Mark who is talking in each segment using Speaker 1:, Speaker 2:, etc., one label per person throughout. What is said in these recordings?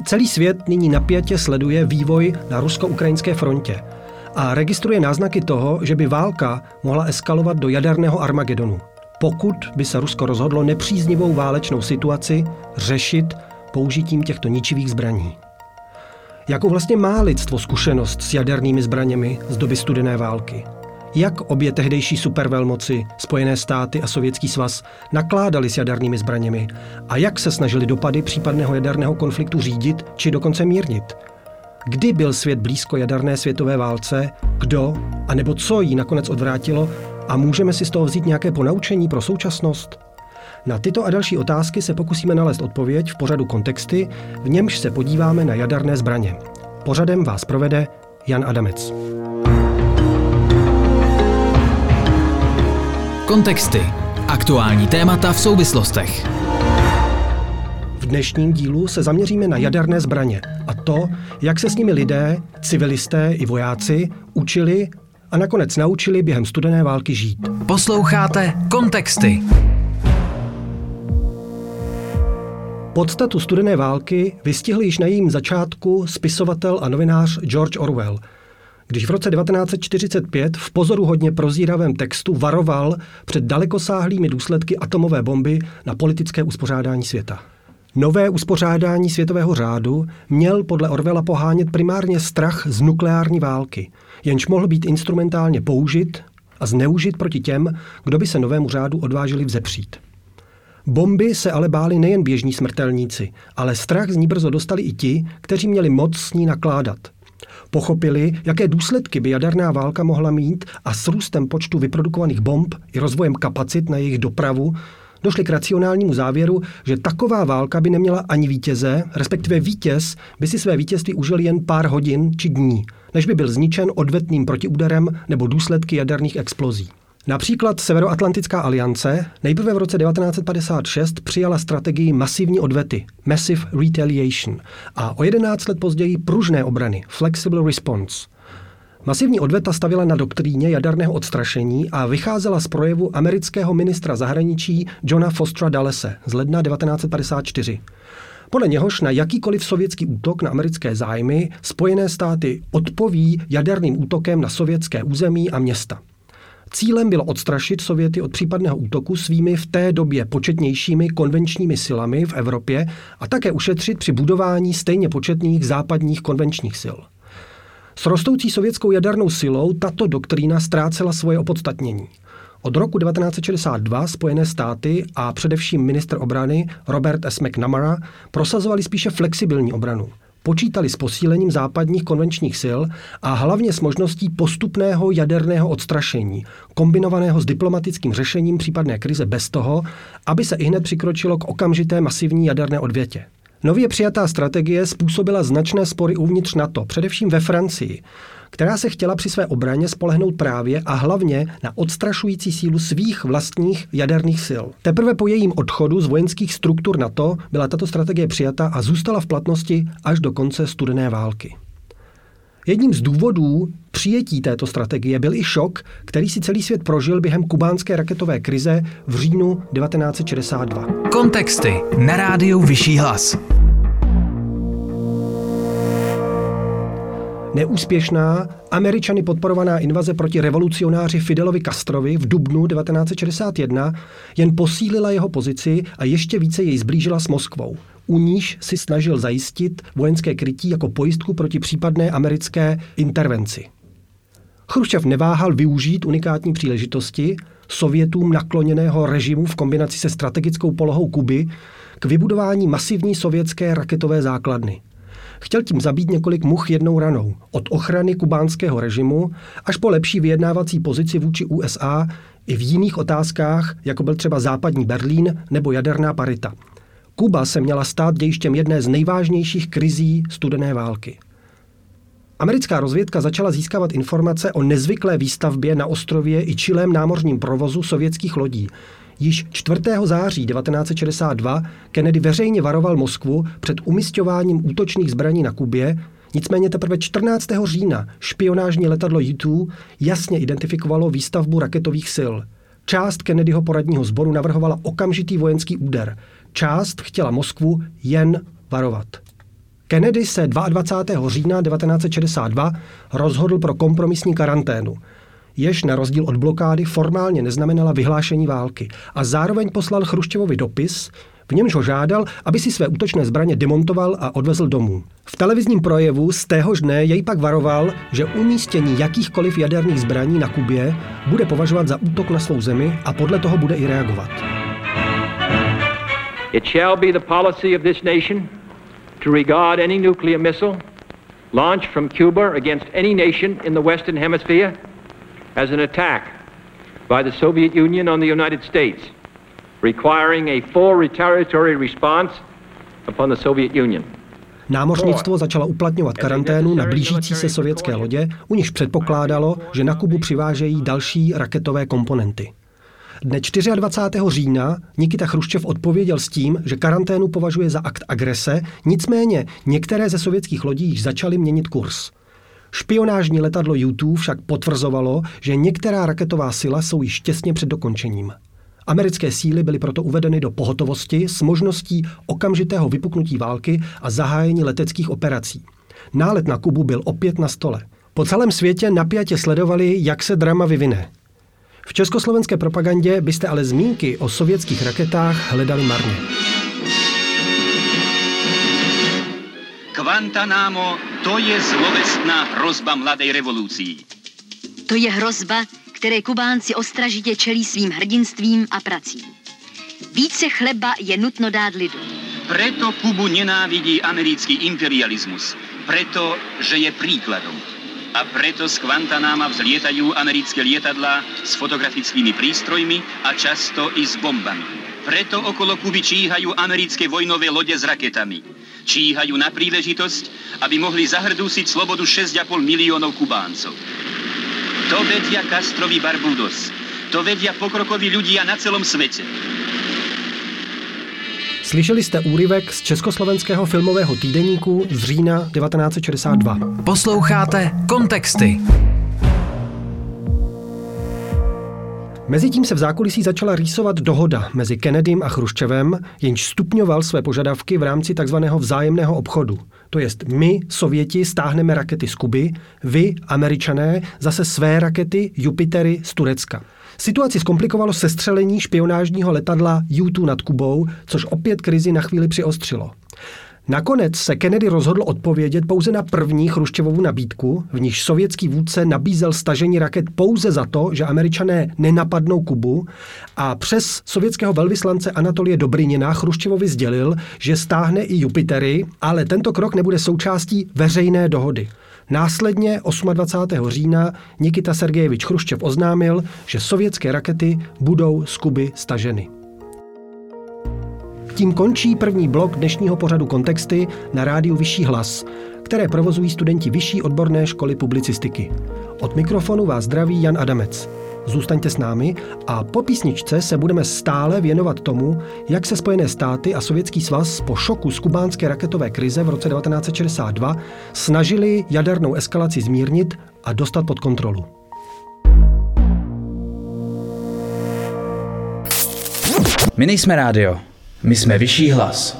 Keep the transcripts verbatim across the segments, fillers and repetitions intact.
Speaker 1: Celý svět nyní napjatě sleduje vývoj na rusko-ukrajinské frontě a registruje náznaky toho, že by válka mohla eskalovat do jaderného Armagedonu, pokud by se Rusko rozhodlo nepříznivou válečnou situaci řešit použitím těchto ničivých zbraní. Jakou vlastně má lidstvo zkušenost s jadernými zbraněmi z doby studené války? Jak obě tehdejší supervelmoci, Spojené státy a Sovětský svaz, nakládali s jadernými zbraněmi a jak se snažili dopady případného jaderného konfliktu řídit či dokonce mírnit? Kdy byl svět blízko jaderné světové válce, kdo a nebo co jí nakonec odvrátilo a můžeme si z toho vzít nějaké ponaučení pro současnost? Na tyto a další otázky se pokusíme nalézt odpověď v pořadu Kontexty, v němž se podíváme na jaderné zbraně. Pořadem vás provede Jan Adamec.
Speaker 2: Kontexty. Aktuální témata v souvislostech.
Speaker 1: V dnešním dílu se zaměříme na jaderné zbraně a to, jak se s nimi lidé, civilisté i vojáci učili a nakonec naučili během studené války žít.
Speaker 2: Posloucháte Kontexty.
Speaker 1: Podstatu studené války vystihl již na jejím začátku spisovatel a novinář George Orwell, když v roce devatenáct set čtyřicet pět v pozoruhodně prozíravém textu varoval před dalekosáhlými důsledky atomové bomby na politické uspořádání světa. Nové uspořádání světového řádu měl podle Orwella pohánět primárně strach z nukleární války, jenž mohl být instrumentálně použit a zneužit proti těm, kdo by se novému řádu odvážili vzepřít. Bomby se ale báli nejen běžní smrtelníci, ale strach z ní brzo dostali i ti, kteří měli moc s ní nakládat. Pochopili, jaké důsledky by jaderná válka mohla mít a s růstem počtu vyprodukovaných bomb i rozvojem kapacit na jejich dopravu došli k racionálnímu závěru, že taková válka by neměla ani vítěze, respektive vítěz by si své vítězství užil jen pár hodin či dní, než by byl zničen odvetným protiúderem nebo důsledky jaderných explozí. Například Severoatlantická aliance nejprve v roce devatenáct set padesát šest přijala strategii masivní odvety, massive retaliation, a o jedenáct let později pružné obrany, flexible response. Masivní odveta stavěla na doktríně jaderného odstrašení a vycházela z projevu amerického ministra zahraničí Johna Fostera Dullese z ledna devatenáct set padesát čtyři. Podle něhož na jakýkoliv sovětský útok na americké zájmy Spojené státy odpoví jaderným útokem na sovětské území a města. Cílem bylo odstrašit Sověty od případného útoku svými v té době početnějšími konvenčními silami v Evropě a také ušetřit při budování stejně početných západních konvenčních sil. S rostoucí sovětskou jadernou silou tato doktrína ztrácela svoje opodstatnění. Od roku devatenáct set šedesát dva Spojené státy a především ministr obrany Robert S. McNamara prosazovali spíše flexibilní obranu. Počítali s posílením západních konvenčních sil a hlavně s možností postupného jaderného odstrašení, kombinovaného s diplomatickým řešením případné krize bez toho, aby se ihned přikročilo k okamžité masivní jaderné odvětě. Nově přijatá strategie způsobila značné spory uvnitř NATO, především ve Francii, která se chtěla při své obraně spolehnout právě a hlavně na odstrašující sílu svých vlastních jaderných sil. Teprve po jejím odchodu z vojenských struktur NATO byla tato strategie přijata a zůstala v platnosti až do konce studené války. Jedním z důvodů přijetí této strategie byl i šok, který si celý svět prožil během kubánské raketové krize v říjnu devatenáct set šedesát dva.
Speaker 2: Kontexty na rádiu Vyšší hlas.
Speaker 1: Neúspěšná, Američany podporovaná invaze proti revolucionáři Fidelovi Castrovi v dubnu devatenáct set šedesát jedna jen posílila jeho pozici a ještě více jej zblížila s Moskvou. U níž si snažil zajistit vojenské krytí jako pojistku proti případné americké intervenci. Chruščov neváhal využít unikátní příležitosti Sovětům nakloněného režimu v kombinaci se strategickou polohou Kuby k vybudování masivní sovětské raketové základny. Chtěl tím zabít několik much jednou ranou, od ochrany kubánského režimu až po lepší vyjednávací pozici vůči U S A i v jiných otázkách, jako byl třeba západní Berlín nebo jaderná parita. Kuba se měla stát dějištěm jedné z nejvážnějších krizí studené války. Americká rozvědka začala získávat informace o nezvyklé výstavbě na ostrově i čilém námořním provozu sovětských lodí. Již čtvrtého září devatenáct set šedesát dva Kennedy veřejně varoval Moskvu před umisťováním útočných zbraní na Kubě, nicméně teprve čtrnáctého října špionážní letadlo U dva jasně identifikovalo výstavbu raketových sil. Část Kennedyho poradního sboru navrhovala okamžitý vojenský úder. Část chtěla Moskvu jen varovat. Kennedy se dvacátého druhého října devatenáct set šedesát dva rozhodl pro kompromisní karanténu, jež na rozdíl od blokády formálně neznamenala vyhlášení války, a zároveň poslal Chruščevovi dopis, v němž ho žádal, aby si své útočné zbraně demontoval a odvezl domů. V televizním projevu z téhož dne jej pak varoval, že umístění jakýchkoliv jaderných zbraní na Kubě bude považovat za útok na svou zemi a podle toho bude i reagovat.
Speaker 3: It shall be the policy of this nation to regard any nuclear missile launched from Cuba against any nation in the Western Hemisphere as an attack by the Soviet Union on the United States, requiring a full retaliatory response upon the Soviet Union.
Speaker 1: Námořnictvo začalo uplatňovat karanténu na blížící se sovětské lodě, u nichž předpokládalo, že na Kubu přivážejí další raketové komponenty. Dne dvacátého čtvrtého října Nikita Chruščev odpověděl s tím, že karanténu považuje za akt agrese, nicméně některé ze sovětských lodí již začaly měnit kurz. Špionážní letadlo U dva však potvrzovalo, že některá raketová sila jsou již těsně před dokončením. Americké síly byly proto uvedeny do pohotovosti s možností okamžitého vypuknutí války a zahájení leteckých operací. Nálet na Kubu byl opět na stole. Po celém světě napjatě sledovali, jak se drama vyvine. V československé propagandě byste ale zmínky o sovětských raketách hledali marně.
Speaker 4: Guantánamo, to je zlovestná hrozba mladé revolucí.
Speaker 5: To je hrozba, které Kubánci ostražitě čelí svým hrdinstvím a prací. Více chleba je nutno dát lidu.
Speaker 4: Preto Kubu nenávidí americký imperialismus. Preto, že je príkladom. A preto z Guantánáma vzlietajú americké lietadlá s fotografickými prístrojmi a často i s bombami. Preto okolo Kuby číhajú americké vojnové lode s raketami. Číhajú na príležitosť, aby mohli zahrdúsiť slobodu šesť a pol miliónov Kubáncov. To vedia Castrovi Barbudos. To vedia pokrokoví ľudia na celom svete.
Speaker 1: Slyšeli jste úryvek z československého filmového týdeníku z října devatenáct set šedesát dva.
Speaker 2: Posloucháte Kontexty.
Speaker 1: Mezitím se v zákulisí začala rýsovat dohoda mezi Kennedym a Chruščevem, jenž stupňoval své požadavky v rámci takzvaného vzájemného obchodu. To jest, my, Sověti, stáhneme rakety z Kuby, vy, Američané, zase své rakety, Jupitery, z Turecka. Situaci zkomplikovalo sestřelení špionážního letadla U dva nad Kubou, což opět krizi na chvíli přiostřilo. Nakonec se Kennedy rozhodl odpovědět pouze na první Chruščevovu nabídku, v níž sovětský vůdce nabízel stažení raket pouze za to, že Američané nenapadnou Kubu, a přes sovětského velvyslance Anatolie Dobryněna Chruščevovi sdělil, že stáhne i Jupitery, ale tento krok nebude součástí veřejné dohody. Následně dvacátého osmého října Nikita Sergejevič Chruščev oznámil, že sovětské rakety budou z Kuby staženy. Tím končí první blok dnešního pořadu Kontexty na rádiu Vyšší hlas, které provozují studenti Vyšší odborné školy publicistiky. Od mikrofonu vás zdraví Jan Adamec. Zůstaňte s námi a po písničce se budeme stále věnovat tomu, jak se Spojené státy a Sovětský svaz po šoku z kubánské raketové krize v roce devatenáct set šedesát dva snažili jadernou eskalaci zmírnit a dostat pod kontrolu.
Speaker 2: My nejsme rádio, my jsme Vyšší hlas.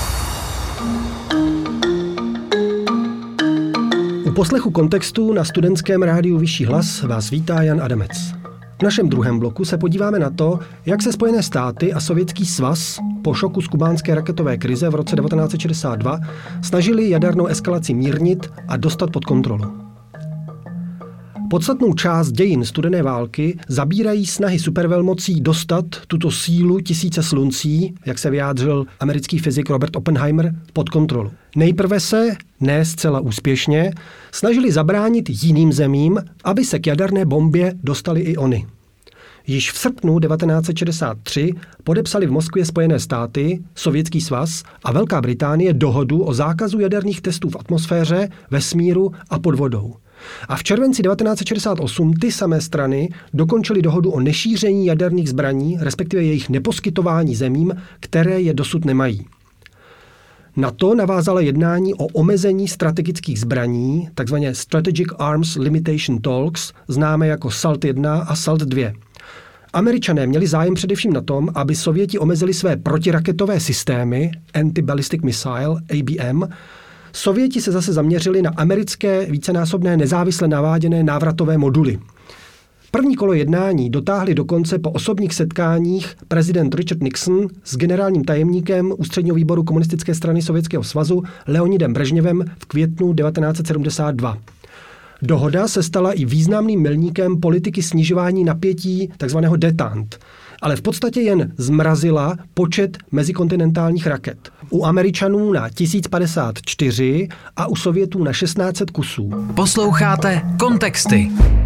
Speaker 1: U poslechu Kontextu na studentském rádiu Vyšší hlas vás vítá Jan Adamec. V našem druhém bloku se podíváme na to, jak se Spojené státy a Sovětský svaz po šoku z kubánské raketové krize v roce devatenáct set šedesát dva snažili jadernou eskalaci mírnit a dostat pod kontrolu. Podstatnou část dějin studené války zabírají snahy supervelmocí dostat tuto sílu tisíce sluncí, jak se vyjádřil americký fyzik Robert Oppenheimer, pod kontrolu. Nejprve se, ne zcela úspěšně, snažili zabránit jiným zemím, aby se k jaderné bombě dostali i oni. Již v srpnu devatenáct set šedesát tři podepsali v Moskvě Spojené státy, Sovětský svaz a Velká Británie dohodu o zákazu jaderných testů v atmosféře, vesmíru a pod vodou. A v červenci devatenáct set šedesát osm ty samé strany dokončily dohodu o nešíření jaderných zbraní, respektive jejich neposkytování zemím, které je dosud nemají. Na to navázala jednání o omezení strategických zbraní, takzvané Strategic Arms Limitation Talks, známé jako SALT jedna a SALT dva. Američané měli zájem především na tom, aby Sověti omezili své protiraketové systémy, Anti-Ballistic Missile, A B M, Sověti se zase zaměřili na americké vícenásobné nezávisle naváděné návratové moduly. První kolo jednání dotáhli do konce po osobních setkáních prezident Richard Nixon s generálním tajemníkem Ústředního výboru komunistické strany Sovětského svazu Leonidem Brežněvem v květnu devatenáct set sedmdesát dva. Dohoda se stala i významným milníkem politiky snižování napětí takzvaného détente, ale v podstatě jen zmrazila počet mezikontinentálních raket. U Američanů na tisíc padesát čtyři a u Sovětů na šestnáct set kusů.
Speaker 2: Posloucháte Kontexty.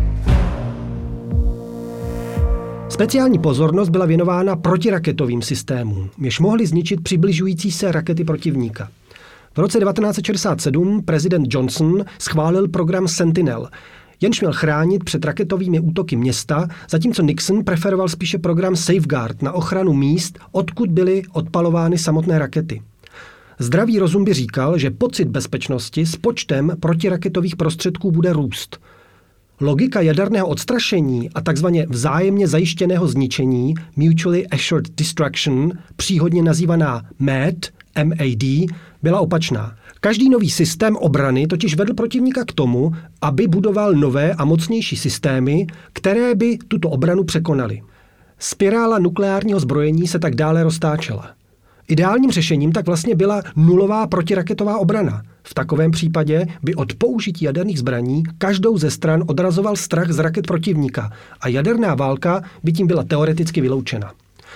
Speaker 1: Speciální pozornost byla věnována protiraketovým systémům, jež mohly zničit přibližující se rakety protivníka. V roce devatenáct set šedesát sedm prezident Johnson schválil program Sentinel, jenž měl chránit před raketovými útoky města, zatímco Nixon preferoval spíše program Safeguard na ochranu míst, odkud byly odpalovány samotné rakety. Zdravý rozum by říkal, že pocit bezpečnosti s počtem protiraketových prostředků bude růst. Logika jaderného odstrašení a takzvaně vzájemně zajištěného zničení, Mutually Assured Destruction, příhodně nazývaná M A D, M A D, byla opačná. Každý nový systém obrany totiž vedl protivníka k tomu, aby budoval nové a mocnější systémy, které by tuto obranu překonaly. Spirála nukleárního zbrojení se tak dále roztáčela. Ideálním řešením tak vlastně byla nulová protiraketová obrana. V takovém případě by od použití jaderných zbraní každou ze stran odrazoval strach z raket protivníka a jaderná válka by tím byla teoreticky vyloučena.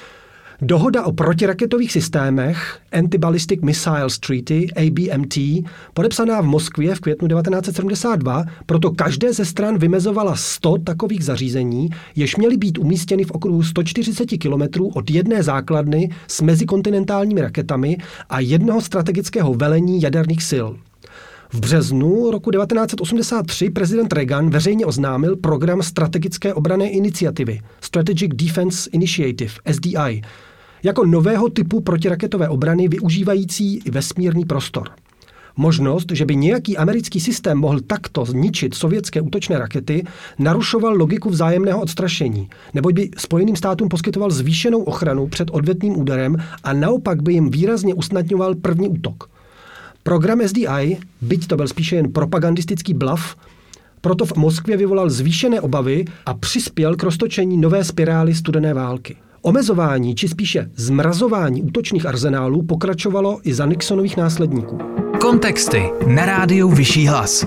Speaker 1: Dohoda o protiraketových systémech Anti-Ballistic Missiles Treaty, A B M T, podepsaná v Moskvě v květnu devatenáct set sedmdesát dva, proto každé ze stran vymezovala sto takových zařízení, jež měly být umístěny v okruhu sto čtyřicet kilometrů od jedné základny s mezikontinentálními raketami a jednoho strategického velení jaderných sil. V březnu roku devatenáct set osmdesát tři prezident Reagan veřejně oznámil program strategické obranné iniciativy Strategic Defense Initiative, S D I, jako nového typu protiraketové obrany využívající i vesmírný prostor. Možnost, že by nějaký americký systém mohl takto zničit sovětské útočné rakety, narušoval logiku vzájemného odstrašení, neboť by Spojeným státům poskytoval zvýšenou ochranu před odvetným úderem a naopak by jim výrazně usnadňoval první útok. Program S D I, byť to byl spíše jen propagandistický bluff, proto v Moskvě vyvolal zvýšené obavy a přispěl k roztočení nové spirály studené války. Omezování, či spíše zmrazování útočných arzenálů pokračovalo i za Nixonových následníků.
Speaker 2: Kontexty na rádiu Vyšší hlas.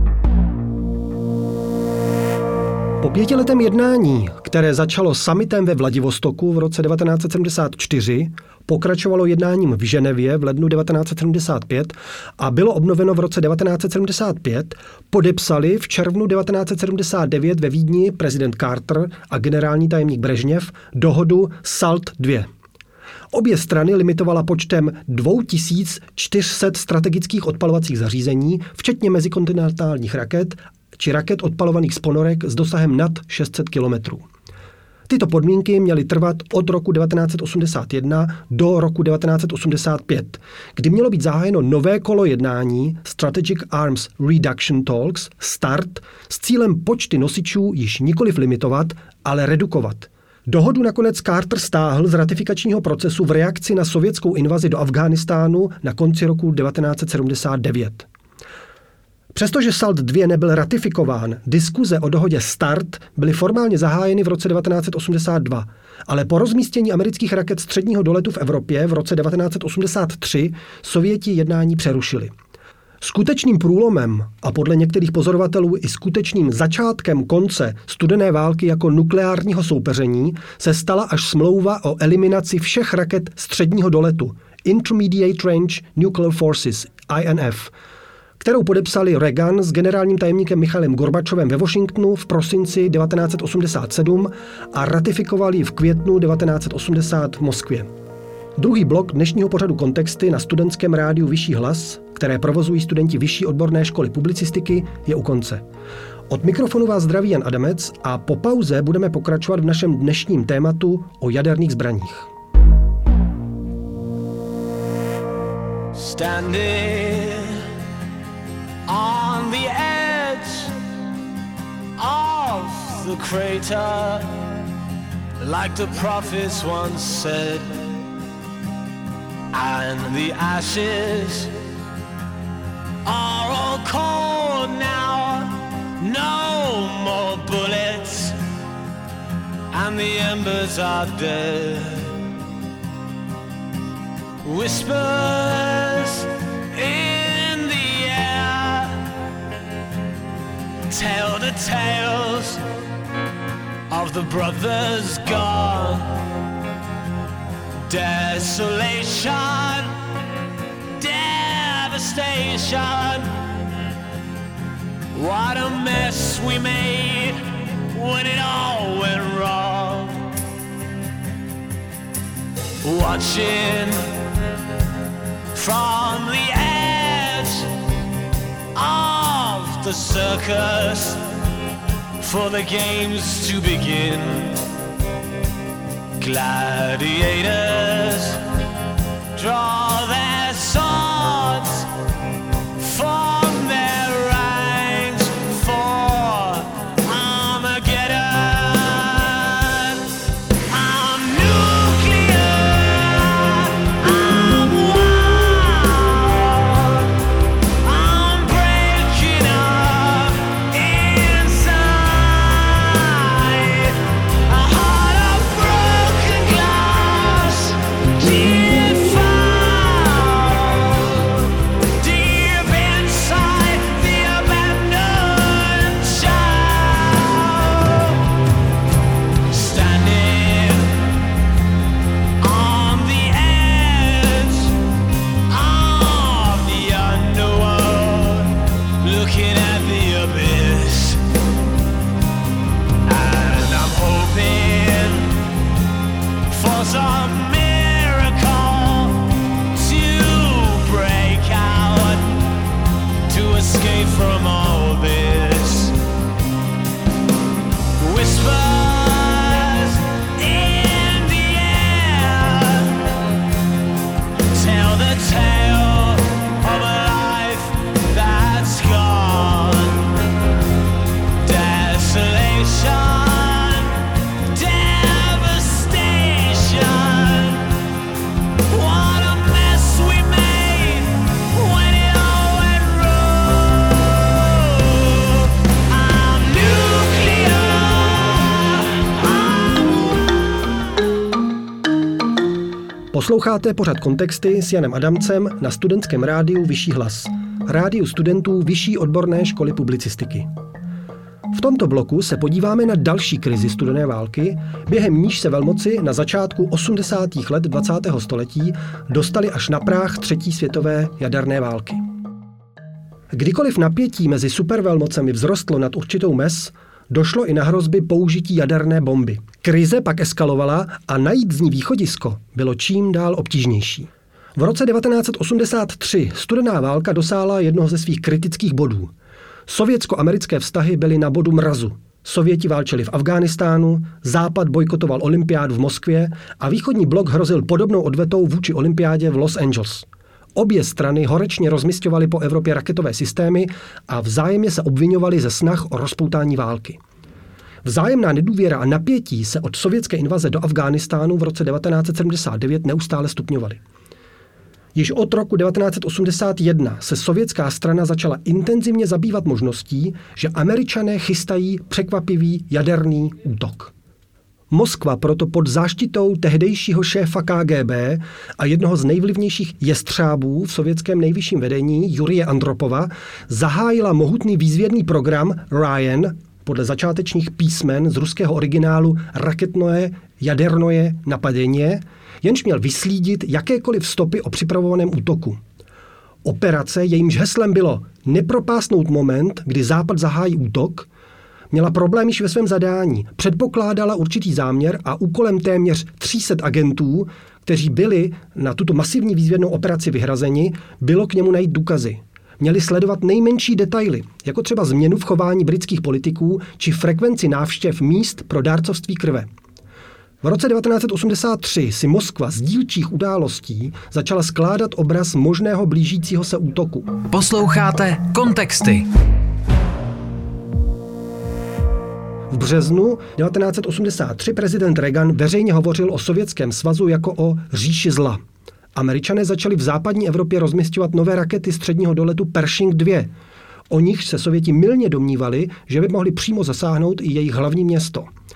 Speaker 1: Po pětiletém jednání, které začalo summitem ve Vladivostoku v roce devatenáct set sedmdesát čtyři, pokračovalo jednáním v Ženevě v lednu devatenáct set sedmdesát pět a bylo obnoveno v roce devatenáct set sedmdesát pět, podepsali v červnu devatenáct set sedmdesát devět ve Vídni prezident Carter a generální tajemník Brežněv dohodu SALT dva. Obě strany limitovala počtem dva tisíce čtyři sta strategických odpalovacích zařízení, včetně mezikontinentálních raket či raket odpalovaných z ponorek s dosahem nad šest set kilometrů. Tyto podmínky měly trvat od roku devatenáct set osmdesát jedna do roku devatenáct set osmdesát pět, kdy mělo být zahájeno nové kolo jednání Strategic Arms Reduction Talks, START, s cílem počty nosičů již nikoliv limitovat, ale redukovat. Dohodu nakonec Carter stáhl z ratifikačního procesu v reakci na sovětskou invazi do Afghánistánu na konci roku devatenáct set sedmdesát devět. Přestože SALT dva nebyl ratifikován, diskuze o dohodě START byly formálně zahájeny v roce devatenáct set osmdesát dva, ale po rozmístění amerických raket středního doletu v Evropě v roce devatenáct set osmdesát tři Sověti jednání přerušili. Skutečným průlomem a podle některých pozorovatelů i skutečným začátkem konce studené války jako nukleárního soupeření se stala až smlouva o eliminaci všech raket středního doletu, Intermediate Range Nuclear Forces, I N F, kterou podepsali Reagan s generálním tajemníkem Michailem Gorbačovem ve Washingtonu v prosinci devatenáct set osmdesát sedm a ratifikovali ji v květnu devatenáct set osmdesát v Moskvě. Druhý blok dnešního pořadu Kontexty na studentském rádiu Vyšší hlas, které provozují studenti Vyšší odborné školy publicistiky, je u konce. Od mikrofonu vás zdraví Jan Adamec a po pauze budeme pokračovat v našem dnešním tématu o jaderných zbraních.
Speaker 6: Standing on the edge of the crater, like the prophets once said, and the ashes and the embers are dead. Whispers in the air tell the tales of the brothers gone. Desolation, devastation. What a mess we made when it all went wrong. Watching from the edge of the circus for the games to begin. Gladiators draw their swords, form their ranks for Armageddon. I'm nuclear, I'm wild, I'm breaking up inside. A heart of broken glass, defouled deep inside the abandoned child. Standing on the edge of the underworld, looking at the abyss. And I'm hoping for some miracle to break out, to escape from all this. Whispers in the air tell the tale of a life that's gone. Desolation, devastation. What a mess we made when it all went wrong. I'm nuclear,
Speaker 1: Posloucháte pořad Kontexty s Janem Adamcem na studentském rádiu Vyšší hlas, rádiu studentů Vyšší odborné školy publicistiky. V tomto bloku se podíváme na další krizi studené války, během níž se velmoci na začátku osmdesátých let dvacátého století dostali až na práh třetí světové jaderné války. Kdykoliv napětí mezi supervelmocemi vzrostlo nad určitou mez, došlo i na hrozby použití jaderné bomby. Krize pak eskalovala a najít z ní východisko bylo čím dál obtížnější. V roce devatenáct set osmdesát tři studená válka dosáhla jednoho ze svých kritických bodů. Sovětsko-americké vztahy byly na bodu mrazu. Sověti válčili v Afghánistánu, Západ bojkotoval olympiádu v Moskvě a východní blok hrozil podobnou odvetou vůči olympiádě v Los Angeles. Obě strany horečně rozmisťovaly po Evropě raketové systémy a vzájemně se obviňovaly ze snah o rozpoutání války. Vzájemná nedůvěra a napětí se od sovětské invaze do Afghánistánu v roce devatenáct set sedmdesát devět neustále stupňovaly. Již od roku devatenáct set osmdesát jedna se sovětská strana začala intenzivně zabývat možností, že Američané chystají překvapivý jaderný útok. Moskva proto pod záštitou tehdejšího šéfa K G B a jednoho z nejvlivnějších jestřábů v sovětském nejvyšším vedení Jurije Andropova zahájila mohutný výzvědný program Ryan podle začátečních písmen z ruského originálu raketnoje jadernoje napadenie, jenž měl vyslídit jakékoliv stopy o připravovaném útoku. Operace, jejímž heslem bylo nepropásnout moment, kdy Západ zahájí útok, měla problém již ve svém zadání. Předpokládala určitý záměr a úkolem téměř tři sta agentů, kteří byli na tuto masivní výzvědnou operaci vyhrazeni, bylo k němu najít důkazy. Měli sledovat nejmenší detaily, jako třeba změnu v chování britských politiků či frekvenci návštěv míst pro dárcovství krve. V roce devatenáct set osmdesát tři si Moskva z dílčích událostí začala skládat obraz možného blížícího se útoku.
Speaker 2: Posloucháte Kontexty.
Speaker 1: V březnu devatenáct set osmdesát tři prezident Reagan veřejně hovořil o Sovětském svazu jako o říši zla. Američané začali v západní Evropě rozmisťovat nové rakety středního doletu Pershing dva. O nich se Sověti mylně domnívali, že by mohli přímo zasáhnout i jejich hlavní město.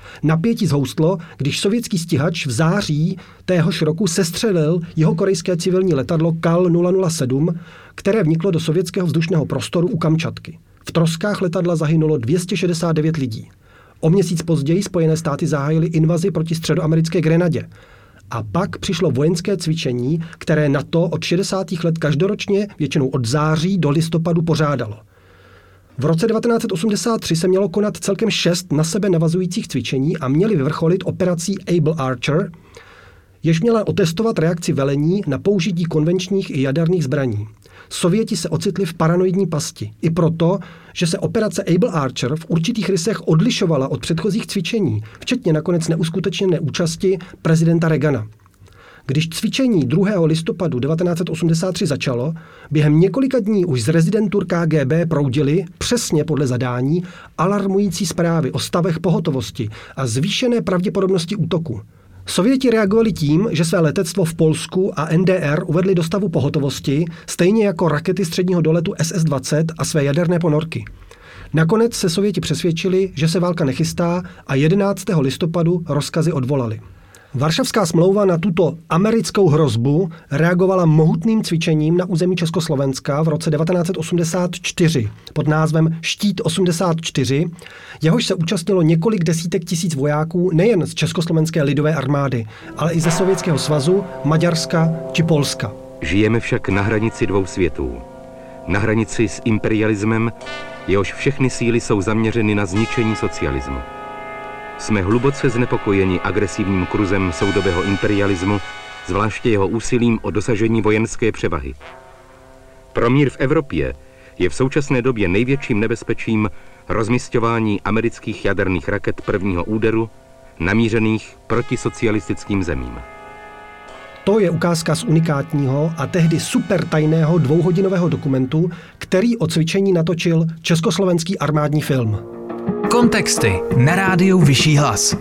Speaker 1: Napětí zhoustlo, když sovětský stíhač v září téhož roku sestřelil jihokorejské civilní letadlo K A L nula nula sedm, které vniklo do sovětského vzdušného prostoru u Kamčatky. V troskách letadla zahynulo dvě stě šedesát devět lidí. O měsíc později Spojené státy zahájily invazi proti středoamerické Grenadě. A pak přišlo vojenské cvičení, které NATO od šedesátých let každoročně, většinou od září do listopadu pořádalo. V roce devatenáct set osmdesát tři se mělo konat celkem šest na sebe navazujících cvičení a měly vyvrcholit operací Able Archer, jež měla otestovat reakci velení na použití konvenčních i jaderných zbraní. Sověti se ocitli v paranoidní pasti. I proto, že se operace Able Archer v určitých rysech odlišovala od předchozích cvičení, včetně nakonec neuskutečněné účasti prezidenta Reagana. Když cvičení druhého listopadu devatenáct set osmdesát tři začalo, během několika dní už z rezidentur K G B proudily, přesně podle zadání, alarmující zprávy o stavech pohotovosti a zvýšené pravděpodobnosti útoku. Sověti reagovali tím, že své letectvo v Polsku a N D R uvedli do stavu pohotovosti, stejně jako rakety středního doletu S S dvacet a své jaderné ponorky. Nakonec se Sověti přesvědčili, že se válka nechystá a jedenáctého listopadu rozkazy odvolali. Varšavská smlouva na tuto americkou hrozbu reagovala mohutným cvičením na území Československa v roce devatenáct set osmdesát čtyři pod názvem Štít osmdesát čtyři, jehož se účastnilo několik desítek tisíc vojáků nejen z Československé lidové armády, ale i ze Sovětského svazu, Maďarska či Polska.
Speaker 7: Žijeme však na hranici dvou světů. Na hranici s imperialismem, jehož všechny síly jsou zaměřeny na zničení socialismu. Jsme hluboce znepokojeni agresivním kurzem soudobého imperialismu, zvláště jeho úsilím o dosažení vojenské převahy. Pro mír v Evropě je v současné době největším nebezpečím rozmisťování amerických jaderných raket prvního úderu, namířených proti socialistickým zemím.
Speaker 1: To je ukázka z unikátního a tehdy supertajného dvouhodinového dokumentu, který o cvičení natočil československý armádní film.
Speaker 2: Kontexty na rádiu Vyšší hlas.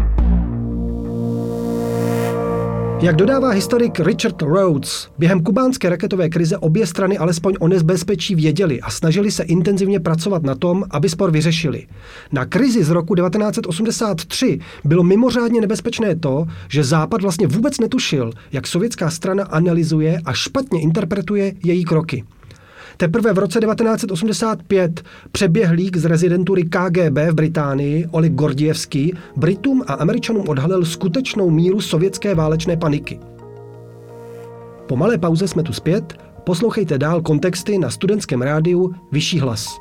Speaker 1: Jak dodává historik Richard Rhodes, během kubánské raketové krize obě strany alespoň o nebezpečí věděly a snažili se intenzivně pracovat na tom, aby spor vyřešili. Na krizi z roku devatenáct set osmdesát tři bylo mimořádně nebezpečné to, že Západ vlastně vůbec netušil, jak sovětská strana analyzuje a špatně interpretuje její kroky. Teprve v roce devatenáct set osmdesát pět přeběhlík z rezidentury K G B v Británii Oleg Gordievský Britům a Američanům odhalil skutečnou míru sovětské válečné paniky. Po malé pauze jsme tu zpět, poslouchejte dál kontexty na studentském rádiu Vyšší hlas.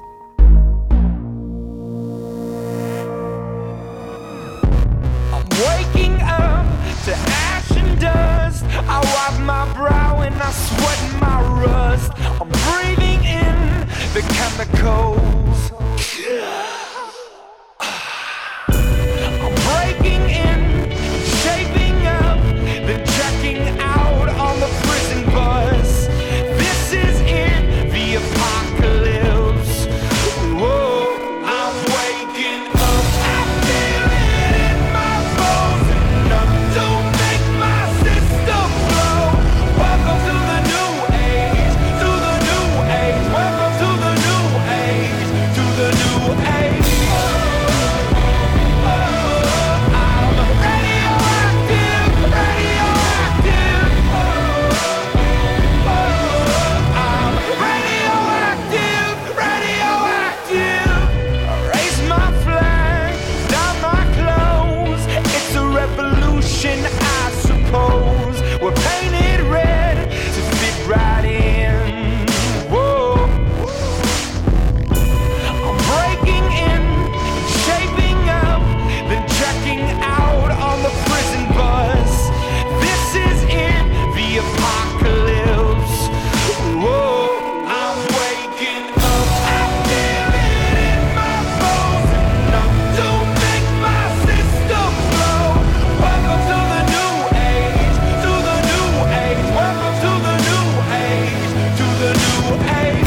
Speaker 6: I wipe my brow and I sweat my rust. I'm breathing in the chemicals. I'm breaking in, shaping up, then checking out on the prison bus. This is in the apocalypse. Whoa, I'm waking up. I feel it in my bones enough to make my system blow. Welcome to the new age, to the new age. Welcome to the new age, to the new age. Oh, I'm radioactive, radioactive. Oh, I'm radioactive, radioactive. Raise my flag, down my clothes. It's a revolution, I suppose. We're painted red to fit right in. Whoa. I'm breaking in, shaping up, then checking out on the prison bus. This is in the apocalypse. Whoa, I'm waking up. I feel it in my bones enough to make my system blow. Welcome to the new age, to the new age. Welcome to the new age, to the new age.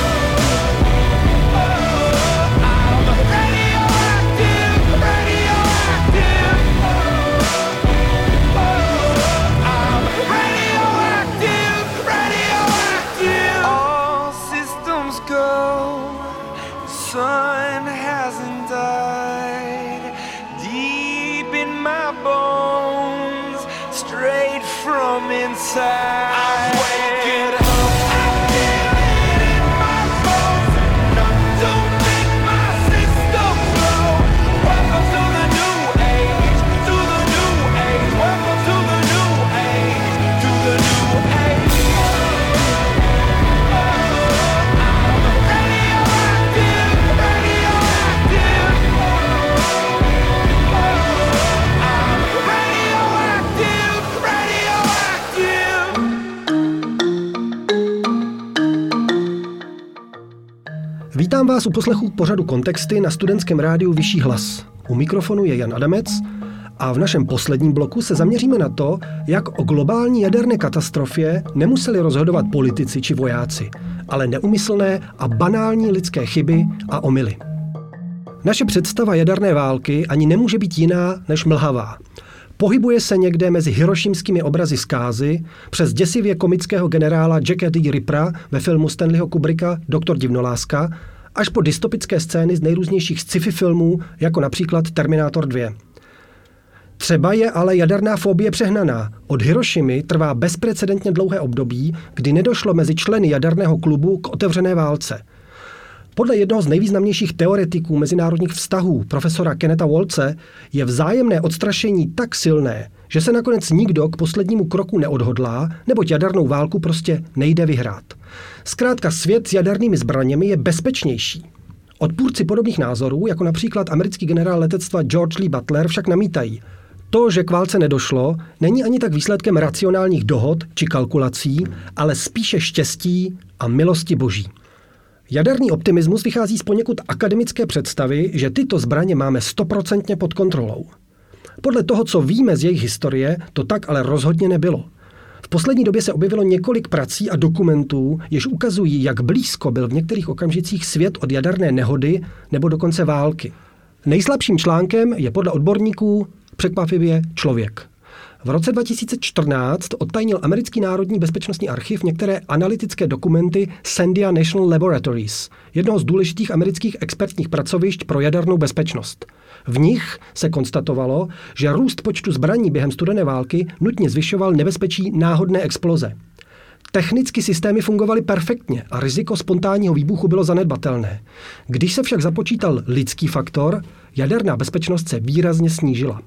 Speaker 6: Oh, I'm radioactive, radioactive. Oh, I'm radioactive, radioactive. All systems go. The sun hasn't died. Deep
Speaker 1: Vítám vás u poslechu pořadu Kontexty na studentském rádiu Vyšší hlas. U mikrofonu je Jan Adamec a v našem posledním bloku se zaměříme na to, jak o globální jaderné katastrofě nemuseli rozhodovat politici či vojáci, ale neúmyslné a banální lidské chyby a omyly. Naše představa jaderné války ani nemůže být jiná než mlhavá. Pohybuje se někde mezi hirošimskými obrazy zkázy přes děsivě komického generála Jacka D. Rippera ve filmu Stanleyho Kubricka Doktor divnoláska až po dystopické scény z nejrůznějších sci-fi filmů, jako například Terminátor dva. Třeba je ale jaderná fobie přehnaná. Od Hirošimy trvá bezprecedentně dlouhé období, kdy nedošlo mezi členy jaderného klubu k otevřené válce. Podle jednoho z nejvýznamnějších teoretiků mezinárodních vztahů, profesora Kennetha Waltze, je vzájemné odstrašení tak silné, že se nakonec nikdo k poslednímu kroku neodhodlá, neboť jadernou válku prostě nejde vyhrát. Zkrátka svět s jadernými zbraněmi je bezpečnější. Odpůrci podobných názorů, jako například americký generál letectva George Lee Butler, však namítají. To, že k válce nedošlo, není ani tak výsledkem racionálních dohod či kalkulací, ale spíše štěstí a milosti boží. Jaderný optimismus vychází z poněkud akademické představy, že tyto zbraně máme stoprocentně pod kontrolou. Podle toho, co víme z jejich historie, to tak ale rozhodně nebylo. V poslední době se objevilo několik prací a dokumentů, jež ukazují, jak blízko byl v některých okamžicích svět od jaderné nehody nebo dokonce války. Nejslabším článkem je podle odborníků překvapivě člověk. V roce dva tisíce čtrnáct odtajnil americký národní bezpečnostní archiv některé analytické dokumenty Sandia National Laboratories, jednoho z důležitých amerických expertních pracovišť pro jadernou bezpečnost. V nich se konstatovalo, že růst počtu zbraní během studené války nutně zvyšoval nebezpečí náhodné exploze. Technicky systémy fungovaly perfektně a riziko spontánního výbuchu bylo zanedbatelné. Když se však započítal lidský faktor, jaderná bezpečnost se výrazně snížila.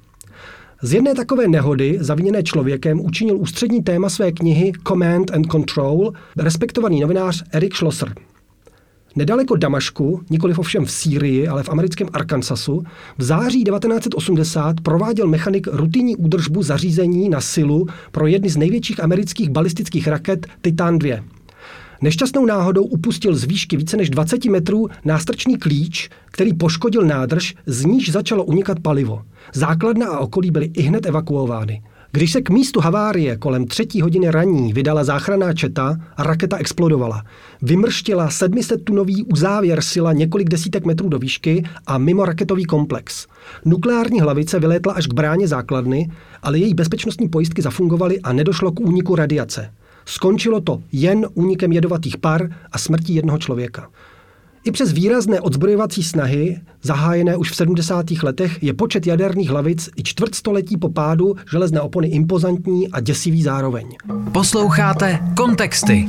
Speaker 1: Z jedné takové nehody, zaviněné člověkem, učinil ústřední téma své knihy Command and Control respektovaný novinář Eric Schlosser. Nedaleko Damašku, nikoliv ovšem v Sýrii, ale v americkém Arkansasu, v září devatenáct set osmdesát prováděl mechanik rutinní údržbu zařízení na silu pro jedny z největších amerických balistických raket Titan dva. Nešťastnou náhodou upustil z výšky více než dvacet metrů nástrčný klíč, který poškodil nádrž, z níž začalo unikat palivo. Základna a okolí byly ihned evakuovány. Když se k místu havárie kolem třetí hodiny ranní vydala záchranná četa, raketa explodovala. Vymrštila sedmisettunový uzávěr sila několik desítek metrů do výšky a mimo raketový komplex. Nukleární hlavice vylétla až k bráně základny, ale její bezpečnostní pojistky zafungovaly a nedošlo k úniku radiace. Skončilo to jen únikem jedovatých par a smrtí jednoho člověka. I přes výrazné odzbrojovací snahy, zahájené už v sedmdesátých letech, je počet jaderných hlavic i čtvrtstoletí po pádu železné opony impozantní a děsivý zároveň.
Speaker 2: Posloucháte Kontexty.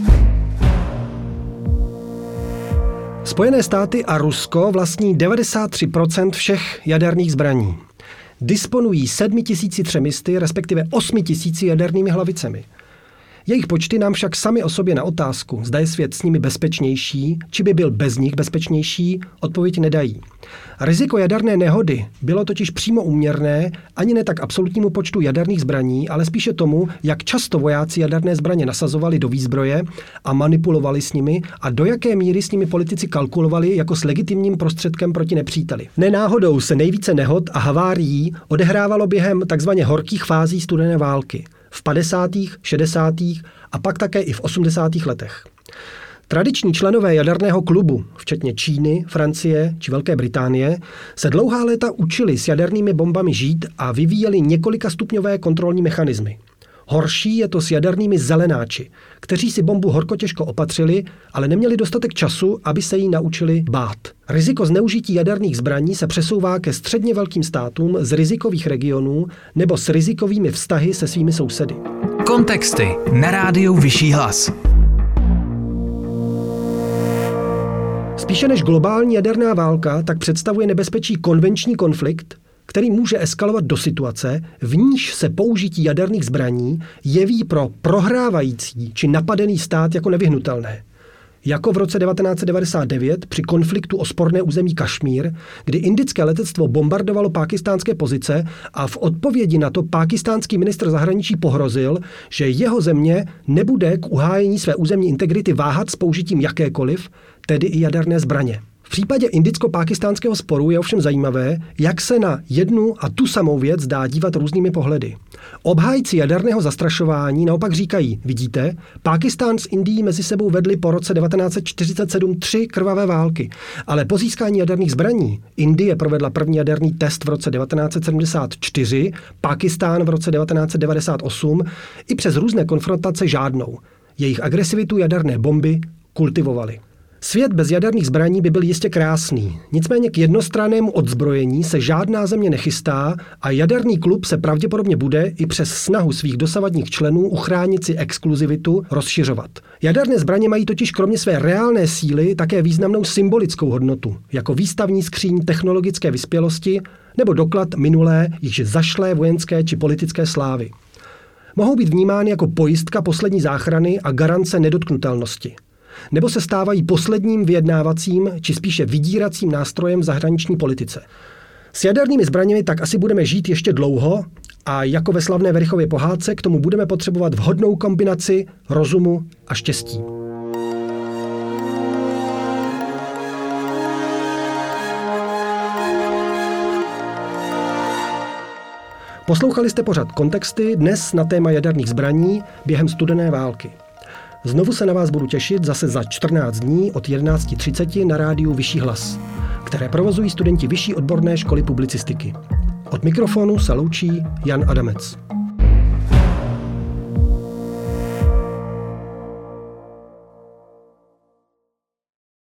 Speaker 1: Spojené státy a Rusko vlastní devadesát tři procent všech jaderných zbraní. Disponují sedmi tisíci třemisty, respektive osmi tisíci jadernými hlavicemi. Jejich počty nám však sami o sobě na otázku, zda je svět s nimi bezpečnější, či by byl bez nich bezpečnější, odpověď nedají. Riziko jaderné nehody bylo totiž přímo úměrné ani ne tak absolutnímu počtu jaderných zbraní, ale spíše tomu, jak často vojáci jaderné zbraně nasazovali do výzbroje a manipulovali s nimi a do jaké míry s nimi politici kalkulovali jako s legitimním prostředkem proti nepříteli. Nenáhodou se nejvíce nehod a havárií odehrávalo během takzvaně horkých fází studené války. V padesátých, šedesátých a pak také i v osmdesátých letech. Tradiční členové jaderného klubu, včetně Číny, Francie či Velké Británie, se dlouhá léta učili s jadernými bombami žít a vyvíjeli několikastupňové kontrolní mechanismy. Horší je to s jadernými zelenáči, kteří si bombu horko těžko opatřili, ale neměli dostatek času, aby se jí naučili bát. Riziko zneužití jaderných zbraní se přesouvá ke středně velkým státům z rizikových regionů nebo s rizikovými vztahy se svými sousedy.
Speaker 2: Kontexty na rádiu Vyšší hlas.
Speaker 1: Spíše než globální jaderná válka tak představuje nebezpečí konvenční konflikt, který může eskalovat do situace, v níž se použití jaderných zbraní jeví pro prohrávající či napadený stát jako nevyhnutelné. Jako v roce devatenáct set devadesát devět při konfliktu o sporné území Kašmír, kdy indické letectvo bombardovalo pákistánské pozice a v odpovědi na to pákistánský ministr zahraničí pohrozil, že jeho země nebude k uhájení své územní integrity váhat s použitím jakékoliv, tedy i jaderné zbraně. V případě indicko-pákistánského sporu je ovšem zajímavé, jak se na jednu a tu samou věc dá dívat různými pohledy. Obhájci jaderného zastrašování naopak říkají, vidíte, Pákistán s Indií mezi sebou vedli po roce devatenáct set čtyřicet sedm tři krvavé války, ale po získání jaderných zbraní Indie provedla první jaderný test v roce devatenáct set sedmdesát čtyři, Pákistán v roce devatenáct set devadesát osm, i přes různé konfrontace žádnou. Jejich agresivitu jaderné bomby kultivovali. Svět bez jaderných zbraní by byl jistě krásný, nicméně k jednostrannému odzbrojení se žádná země nechystá a jaderný klub se pravděpodobně bude i přes snahu svých dosavadních členů uchránit si exkluzivitu rozšiřovat. Jaderné zbraně mají totiž kromě své reálné síly také významnou symbolickou hodnotu, jako výstavní skříň technologické vyspělosti nebo doklad minulé, již zašlé vojenské či politické slávy. Mohou být vnímány jako pojistka poslední záchrany a garance nedotknutelnosti. Nebo se stávají posledním vyjednávacím, či spíše vydíracím nástrojem v zahraniční politice. S jadernými zbraněmi tak asi budeme žít ještě dlouho a jako ve slavné Werichově pohádce k tomu budeme potřebovat vhodnou kombinaci rozumu a štěstí. Poslouchali jste pořad Kontexty dnes na téma jaderných zbraní během studené války. Znovu se na vás budu těšit zase za čtrnáct dní od jedenáct třicet na rádiu Vyšší hlas, které provozují studenti Vyšší odborné školy publicistiky. Od mikrofonu se loučí Jan Adamec.